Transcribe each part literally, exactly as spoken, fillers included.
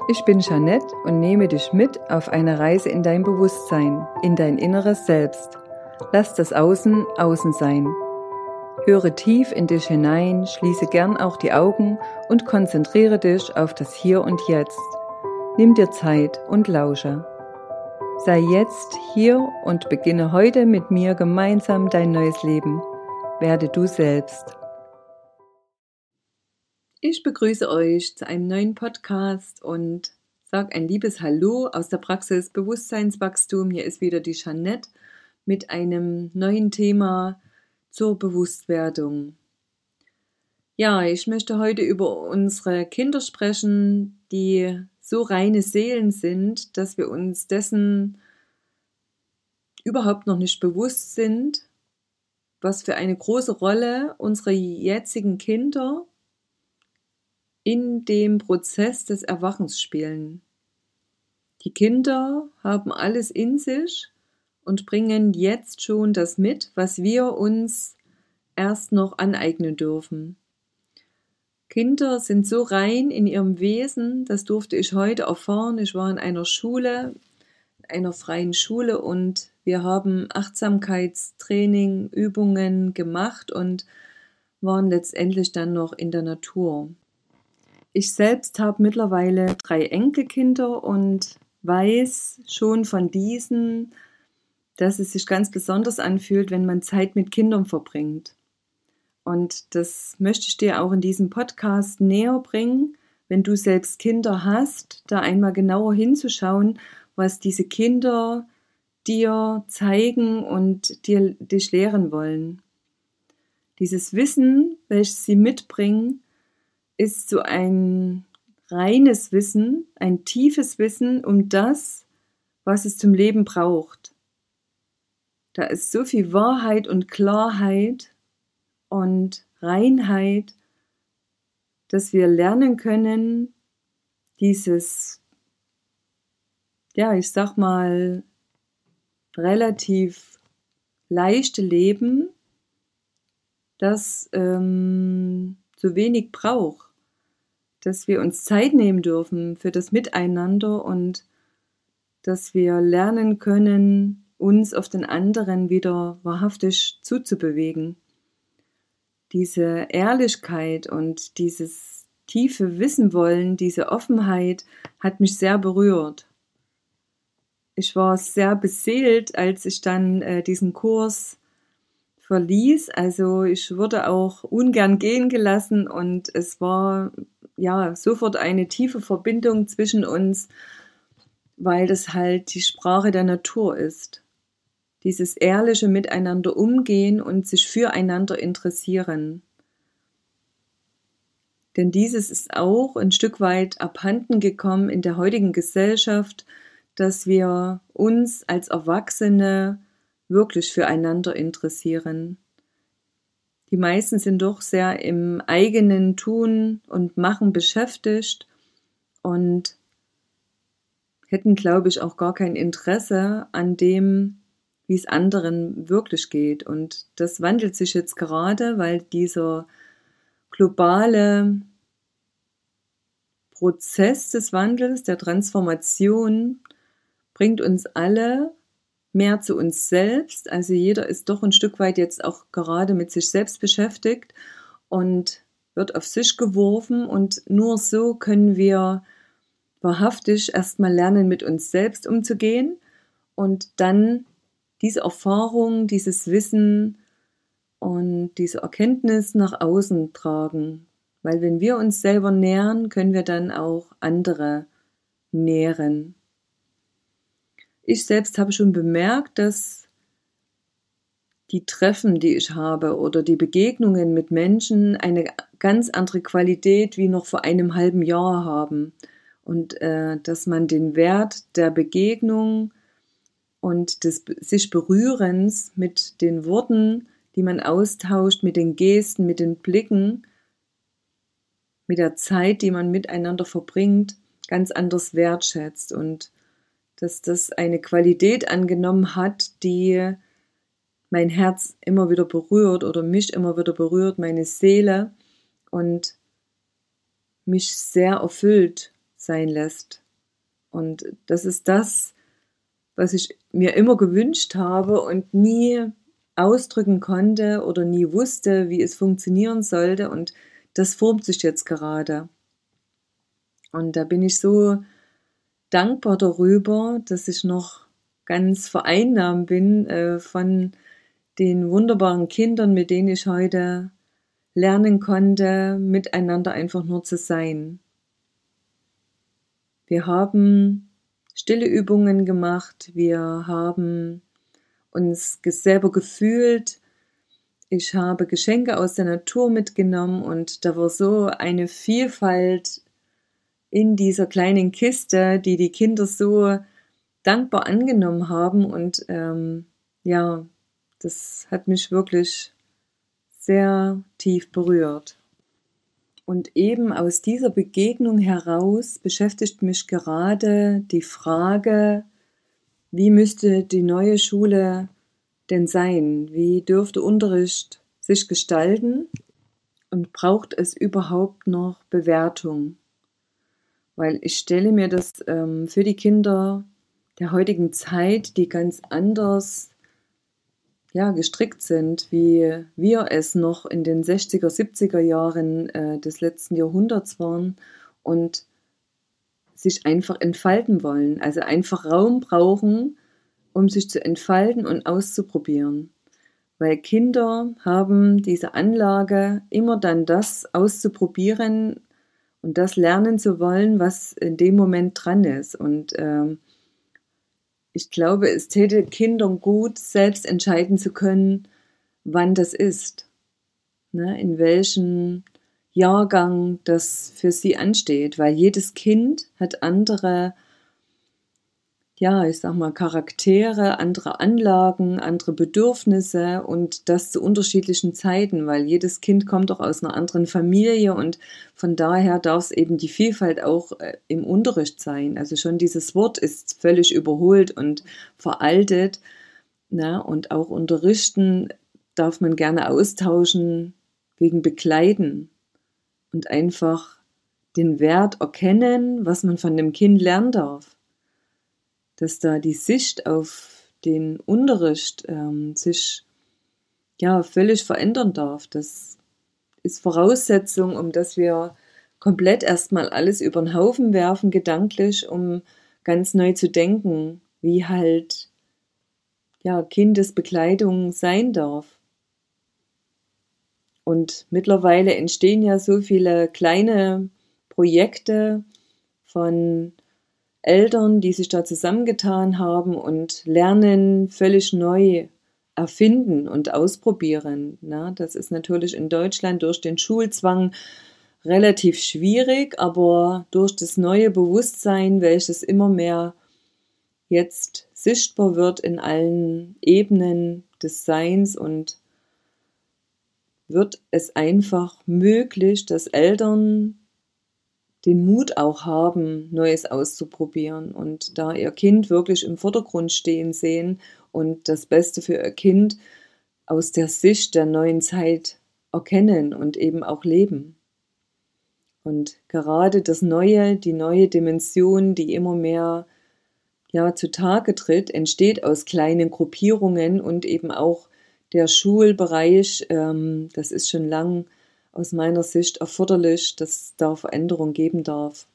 Ich bin Jeanette und nehme dich mit auf eine Reise in dein Bewusstsein, in dein inneres Selbst. Lass das Außen außen sein. Höre tief in dich hinein, schließe gern auch die Augen und konzentriere dich auf das Hier und Jetzt. Nimm dir Zeit und lausche. Sei jetzt hier und beginne heute mit mir gemeinsam dein neues Leben. Werde du selbst. Ich begrüße euch zu einem neuen Podcast und sage ein liebes Hallo aus der Praxis Bewusstseinswachstum. Hier ist wieder die Jeanette mit einem neuen Thema zur Bewusstwerdung. Ja, ich möchte heute über unsere Kinder sprechen, die so reine Seelen sind, dass wir uns dessen überhaupt noch nicht bewusst sind, was für eine große Rolle unsere jetzigen Kinder in dem Prozess des Erwachens spielen. Die Kinder haben alles in sich und bringen jetzt schon das mit, was wir uns erst noch aneignen dürfen. Kinder sind so rein in ihrem Wesen, das durfte ich heute erfahren. Ich war in einer Schule, einer freien Schule, und wir haben Achtsamkeitstraining, Übungen gemacht und waren letztendlich dann noch in der Natur. Ich selbst habe mittlerweile drei Enkelkinder und weiß schon von diesen, dass es sich ganz besonders anfühlt, wenn man Zeit mit Kindern verbringt. Und das möchte ich dir auch in diesem Podcast näher bringen, wenn du selbst Kinder hast, da einmal genauer hinzuschauen, was diese Kinder dir zeigen und dir, dich lehren wollen. Dieses Wissen, welches sie mitbringen, ist so ein reines Wissen, ein tiefes Wissen um das, was es zum Leben braucht. Da ist so viel Wahrheit und Klarheit und Reinheit, dass wir lernen können, dieses, ja, ich sag mal, relativ leichte Leben, das ähm, so wenig braucht, dass wir uns Zeit nehmen dürfen für das Miteinander und dass wir lernen können, uns auf den anderen wieder wahrhaftig zuzubewegen. Diese Ehrlichkeit und dieses tiefe Wissen wollen, diese Offenheit hat mich sehr berührt. Ich war sehr beseelt, als ich dann äh, diesen Kurs verließ. Also ich wurde auch ungern gehen gelassen und es war ja sofort eine tiefe Verbindung zwischen uns, weil das halt die Sprache der Natur ist. Dieses ehrliche Miteinander umgehen und sich füreinander interessieren. Denn dieses ist auch ein Stück weit abhanden gekommen in der heutigen Gesellschaft, dass wir uns als Erwachsene wirklich füreinander interessieren. Die meisten sind doch sehr im eigenen Tun und Machen beschäftigt und hätten, glaube ich, auch gar kein Interesse an dem, wie es anderen wirklich geht. Und das wandelt sich jetzt gerade, weil dieser globale Prozess des Wandels, der Transformation, bringt uns alle mehr zu uns selbst. Also jeder ist doch ein Stück weit jetzt auch gerade mit sich selbst beschäftigt und wird auf sich geworfen. Und nur so können wir wahrhaftig erstmal lernen, mit uns selbst umzugehen und dann diese Erfahrung, dieses Wissen und diese Erkenntnis nach außen tragen. Weil wenn wir uns selber nähren, können wir dann auch andere nähren. Ich selbst habe schon bemerkt, dass die Treffen, die ich habe oder die Begegnungen mit Menschen eine ganz andere Qualität wie noch vor einem halben Jahr haben. Und äh, dass man den Wert der Begegnung und des sich Berührens mit den Worten, die man austauscht, mit den Gesten, mit den Blicken, mit der Zeit, die man miteinander verbringt, ganz anders wertschätzt und dass das eine Qualität angenommen hat, die mein Herz immer wieder berührt oder mich immer wieder berührt, meine Seele und mich sehr erfüllt, sein lässt. Und das ist das, was ich mir immer gewünscht habe und nie ausdrücken konnte oder nie wusste, wie es funktionieren sollte. Und das formt sich jetzt gerade. Und da bin ich so dankbar darüber, dass ich noch ganz vereinnahmt bin äh, von den wunderbaren Kindern, mit denen ich heute lernen konnte, miteinander einfach nur zu sein. Wir haben stille Übungen gemacht, wir haben uns selber gefühlt, ich habe Geschenke aus der Natur mitgenommen und da war so eine Vielfalt in dieser kleinen Kiste, die die Kinder so dankbar angenommen haben und ähm, ja, das hat mich wirklich sehr tief berührt. Und eben aus dieser Begegnung heraus beschäftigt mich gerade die Frage, wie müsste die neue Schule denn sein? Wie dürfte Unterricht sich gestalten? Und braucht es überhaupt noch Bewertung? Weil ich stelle mir das ähm, für die Kinder der heutigen Zeit, die ganz anders ja, gestrickt sind, wie wir es noch in den sechziger, siebziger Jahren äh, des letzten Jahrhunderts waren und sich einfach entfalten wollen, also einfach Raum brauchen, um sich zu entfalten und auszuprobieren. Weil Kinder haben diese Anlage, immer dann das auszuprobieren und das lernen zu wollen, was in dem Moment dran ist. Und ähm, ich glaube, es täte Kindern gut, selbst entscheiden zu können, wann das ist, ne, in welchem Jahrgang das für sie ansteht, weil jedes Kind hat andere, ja, ich sag mal, Charaktere, andere Anlagen, andere Bedürfnisse und das zu unterschiedlichen Zeiten, weil jedes Kind kommt auch aus einer anderen Familie und von daher darf es eben die Vielfalt auch äh, im Unterricht sein. Also schon dieses Wort ist völlig überholt und veraltet, ne? Und auch unterrichten darf man gerne austauschen gegen begleiten und einfach den Wert erkennen, was man von dem Kind lernen darf. Dass da die Sicht auf den Unterricht ähm, sich ja völlig verändern darf. Das ist Voraussetzung, um dass wir komplett erstmal alles über den Haufen werfen, gedanklich, um ganz neu zu denken, wie halt ja Kindesbekleidung sein darf. Und mittlerweile entstehen ja so viele kleine Projekte von Eltern, die sich da zusammengetan haben und lernen, völlig neu erfinden und ausprobieren. Na, das ist natürlich in Deutschland durch den Schulzwang relativ schwierig, aber durch das neue Bewusstsein, welches immer mehr jetzt sichtbar wird in allen Ebenen des Seins, und wird es einfach möglich, dass Eltern den Mut auch haben, Neues auszuprobieren und da ihr Kind wirklich im Vordergrund stehen sehen und das Beste für ihr Kind aus der Sicht der neuen Zeit erkennen und eben auch leben. Und gerade das Neue, die neue Dimension, die immer mehr ja, zutage tritt, entsteht aus kleinen Gruppierungen und eben auch der Schulbereich, ähm, das ist schon lang aus meiner Sicht erforderlich, dass da Veränderung geben darf.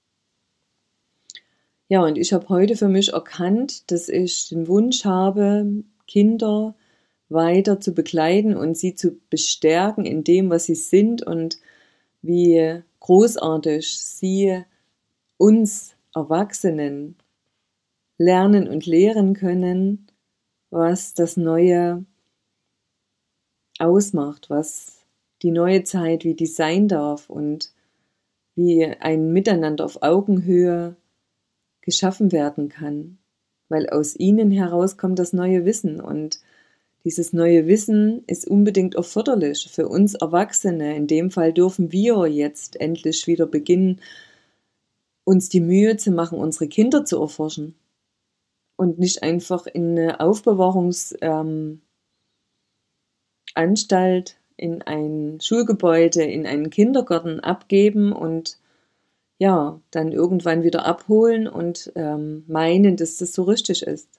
Ja, und ich habe heute für mich erkannt, dass ich den Wunsch habe, Kinder weiter zu begleiten und sie zu bestärken in dem, was sie sind und wie großartig sie uns Erwachsenen lernen und lehren können, was das Neue ausmacht, was die neue Zeit, wie die sein darf und wie ein Miteinander auf Augenhöhe geschaffen werden kann, weil aus ihnen heraus kommt das neue Wissen und dieses neue Wissen ist unbedingt erforderlich für uns Erwachsene. In dem Fall dürfen wir jetzt endlich wieder beginnen, uns die Mühe zu machen, unsere Kinder zu erforschen und nicht einfach in eine Aufbewahrungsanstalt, in ein Schulgebäude, in einen Kindergarten abgeben und ja, dann irgendwann wieder abholen und ähm, meinen, dass das so richtig ist.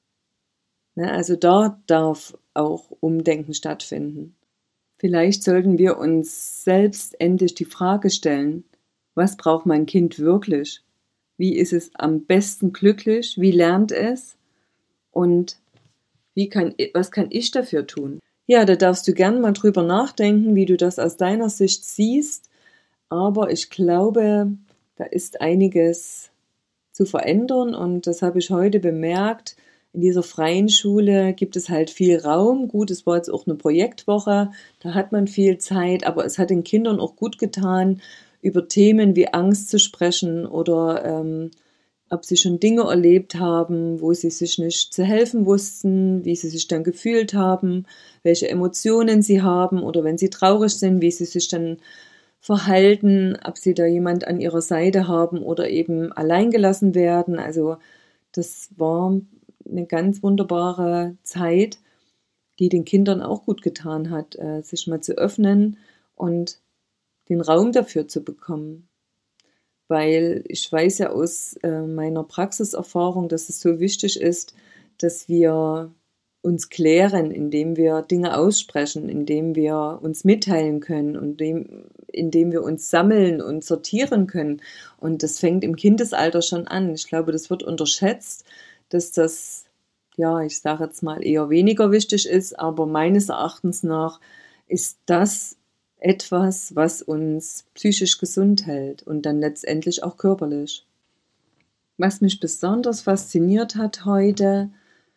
Ne? Also da darf auch Umdenken stattfinden. Vielleicht sollten wir uns selbst endlich die Frage stellen, was braucht mein Kind wirklich? Wie ist es am besten glücklich? Wie lernt es? Und wie kann, was kann ich dafür tun? Ja, da darfst du gern mal drüber nachdenken, wie du das aus deiner Sicht siehst. Aber ich glaube, da ist einiges zu verändern und das habe ich heute bemerkt. In dieser freien Schule gibt es halt viel Raum. Gut, es war jetzt auch eine Projektwoche, da hat man viel Zeit, aber es hat den Kindern auch gut getan, über Themen wie Angst zu sprechen oder ähm, ob sie schon Dinge erlebt haben, wo sie sich nicht zu helfen wussten, wie sie sich dann gefühlt haben, welche Emotionen sie haben oder wenn sie traurig sind, wie sie sich dann verhalten, ob sie da jemand an ihrer Seite haben oder eben allein gelassen werden. Also das war eine ganz wunderbare Zeit, die den Kindern auch gut getan hat, äh, sich mal zu öffnen und den Raum dafür zu bekommen. Weil ich weiß ja aus äh, meiner Praxiserfahrung, dass es so wichtig ist, dass wir uns klären, indem wir Dinge aussprechen, indem wir uns mitteilen können und dem, indem wir uns sammeln und sortieren können. Und das fängt im Kindesalter schon an. Ich glaube, das wird unterschätzt, dass das, ja, ich sage jetzt mal, eher weniger wichtig ist, aber meines Erachtens nach ist das etwas, was uns psychisch gesund hält und dann letztendlich auch körperlich. Was mich besonders fasziniert hat heute,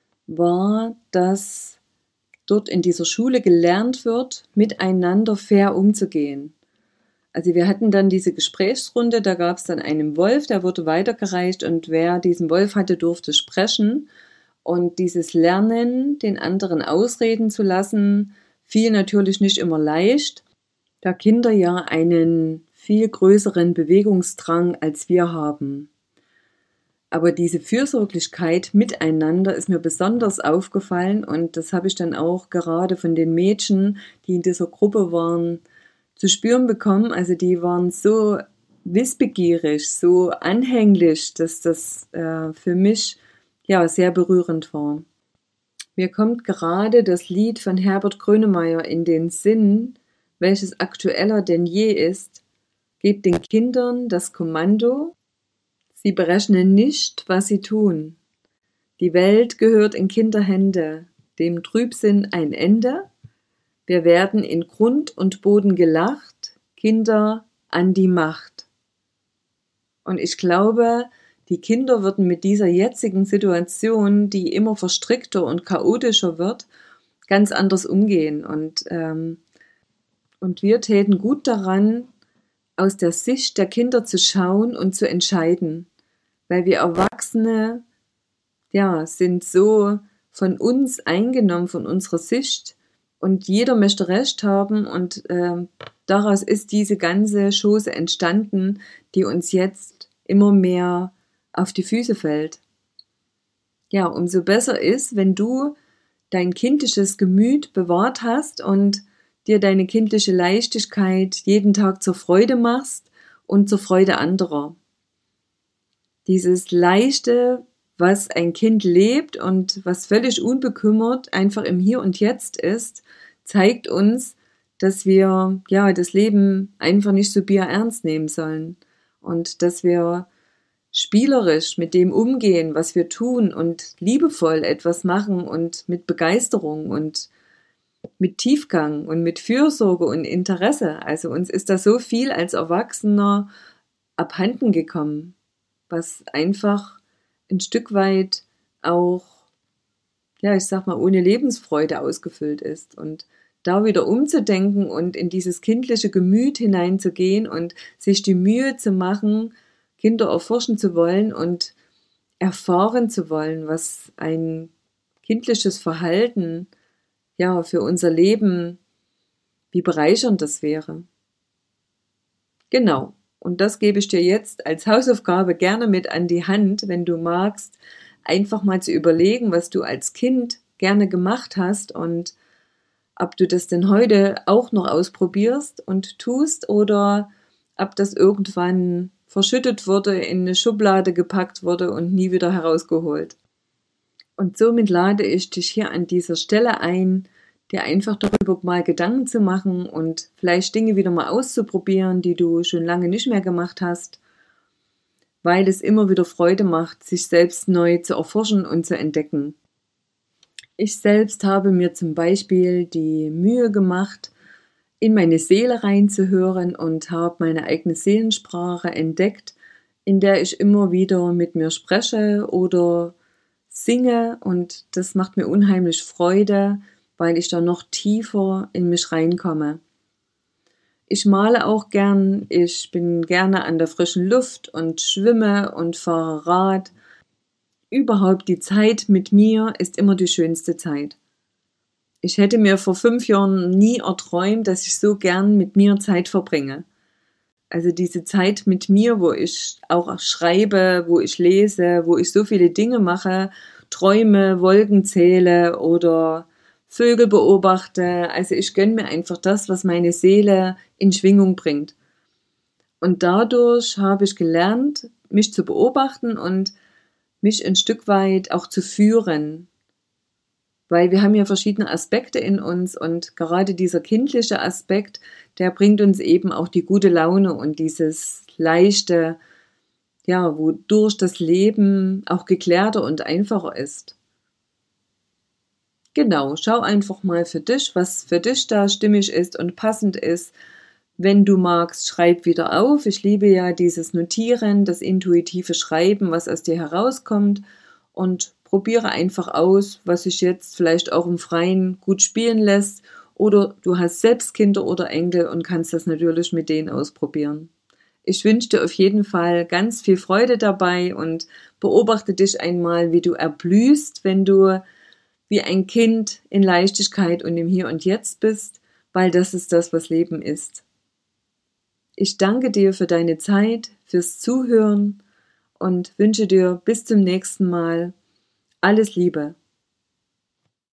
war, dass dort in dieser Schule gelernt wird, miteinander fair umzugehen. Also wir hatten dann diese Gesprächsrunde, da gab es dann einen Wolf, der wurde weitergereicht und wer diesen Wolf hatte, durfte sprechen. Und dieses Lernen, den anderen ausreden zu lassen, fiel natürlich nicht immer leicht, da Kinder ja einen viel größeren Bewegungsdrang als wir haben. Aber diese Fürsorglichkeit miteinander ist mir besonders aufgefallen und das habe ich dann auch gerade von den Mädchen, die in dieser Gruppe waren, zu spüren bekommen. Also die waren so wissbegierig, so anhänglich, dass das äh, für mich ja sehr berührend war. Mir kommt gerade das Lied von Herbert Grönemeyer in den Sinn, welches aktueller denn je ist. Gebt den Kindern das Kommando, sie berechnen nicht, was sie tun. Die Welt gehört in Kinderhände, dem Trübsinn ein Ende. Wir werden in Grund und Boden gelacht, Kinder an die Macht. Und ich glaube, die Kinder würden mit dieser jetzigen Situation, die immer verstrickter und chaotischer wird, ganz anders umgehen. Und, ähm, und wir täten gut daran, aus der Sicht der Kinder zu schauen und zu entscheiden. Weil wir Erwachsene, ja, sind so von uns eingenommen, von unserer Sicht und jeder möchte Recht haben und äh, daraus ist diese ganze Chose entstanden, die uns jetzt immer mehr auf die Füße fällt. Ja, umso besser ist, wenn du dein kindliches Gemüt bewahrt hast und dir deine kindliche Leichtigkeit jeden Tag zur Freude machst und zur Freude anderer. Dieses Leichte, was ein Kind lebt und was völlig unbekümmert einfach im Hier und Jetzt ist, zeigt uns, dass wir ja das Leben einfach nicht so bierernst nehmen sollen und dass wir spielerisch mit dem umgehen, was wir tun und liebevoll etwas machen und mit Begeisterung und mit Tiefgang und mit Fürsorge und Interesse. Also uns ist da so viel als Erwachsener abhanden gekommen, was einfach ein Stück weit auch, ja, ich sag mal, ohne Lebensfreude ausgefüllt ist. Und da wieder umzudenken und in dieses kindliche Gemüt hineinzugehen und sich die Mühe zu machen, Kinder erforschen zu wollen und erfahren zu wollen, was ein kindliches Verhalten ja für unser Leben, wie bereichernd das wäre. Genau. Und das gebe ich dir jetzt als Hausaufgabe gerne mit an die Hand, wenn du magst, einfach mal zu überlegen, was du als Kind gerne gemacht hast und ob du das denn heute auch noch ausprobierst und tust oder ob das irgendwann verschüttet wurde, in eine Schublade gepackt wurde und nie wieder herausgeholt. Und somit lade ich dich hier an dieser Stelle ein, dir einfach darüber mal Gedanken zu machen und vielleicht Dinge wieder mal auszuprobieren, die du schon lange nicht mehr gemacht hast, weil es immer wieder Freude macht, sich selbst neu zu erforschen und zu entdecken. Ich selbst habe mir zum Beispiel die Mühe gemacht, in meine Seele reinzuhören und habe meine eigene Seelensprache entdeckt, in der ich immer wieder mit mir spreche oder singe, und das macht mir unheimlich Freude, weil ich da noch tiefer in mich reinkomme. Ich male auch gern, ich bin gerne an der frischen Luft und schwimme und fahre Rad. Überhaupt die Zeit mit mir ist immer die schönste Zeit. Ich hätte mir vor fünf Jahren nie erträumt, dass ich so gern mit mir Zeit verbringe. Also diese Zeit mit mir, wo ich auch schreibe, wo ich lese, wo ich so viele Dinge mache, träume, Wolken zähle oder Vögel beobachte. Also ich gönne mir einfach das, was meine Seele in Schwingung bringt. Und dadurch habe ich gelernt, mich zu beobachten und mich ein Stück weit auch zu führen. Weil wir haben ja verschiedene Aspekte in uns und gerade dieser kindliche Aspekt, der bringt uns eben auch die gute Laune und dieses leichte, ja, wodurch das Leben auch geklärter und einfacher ist. Genau, schau einfach mal für dich, was für dich da stimmig ist und passend ist. Wenn du magst, schreib wieder auf. Ich liebe ja dieses Notieren, das intuitive Schreiben, was aus dir herauskommt, und probiere einfach aus, was sich jetzt vielleicht auch im Freien gut spielen lässt, oder du hast selbst Kinder oder Enkel und kannst das natürlich mit denen ausprobieren. Ich wünsche dir auf jeden Fall ganz viel Freude dabei und beobachte dich einmal, wie du erblühst, wenn du wie ein Kind in Leichtigkeit und im Hier und Jetzt bist, weil das ist das, was Leben ist. Ich danke dir für deine Zeit, fürs Zuhören und wünsche dir bis zum nächsten Mal alles Liebe.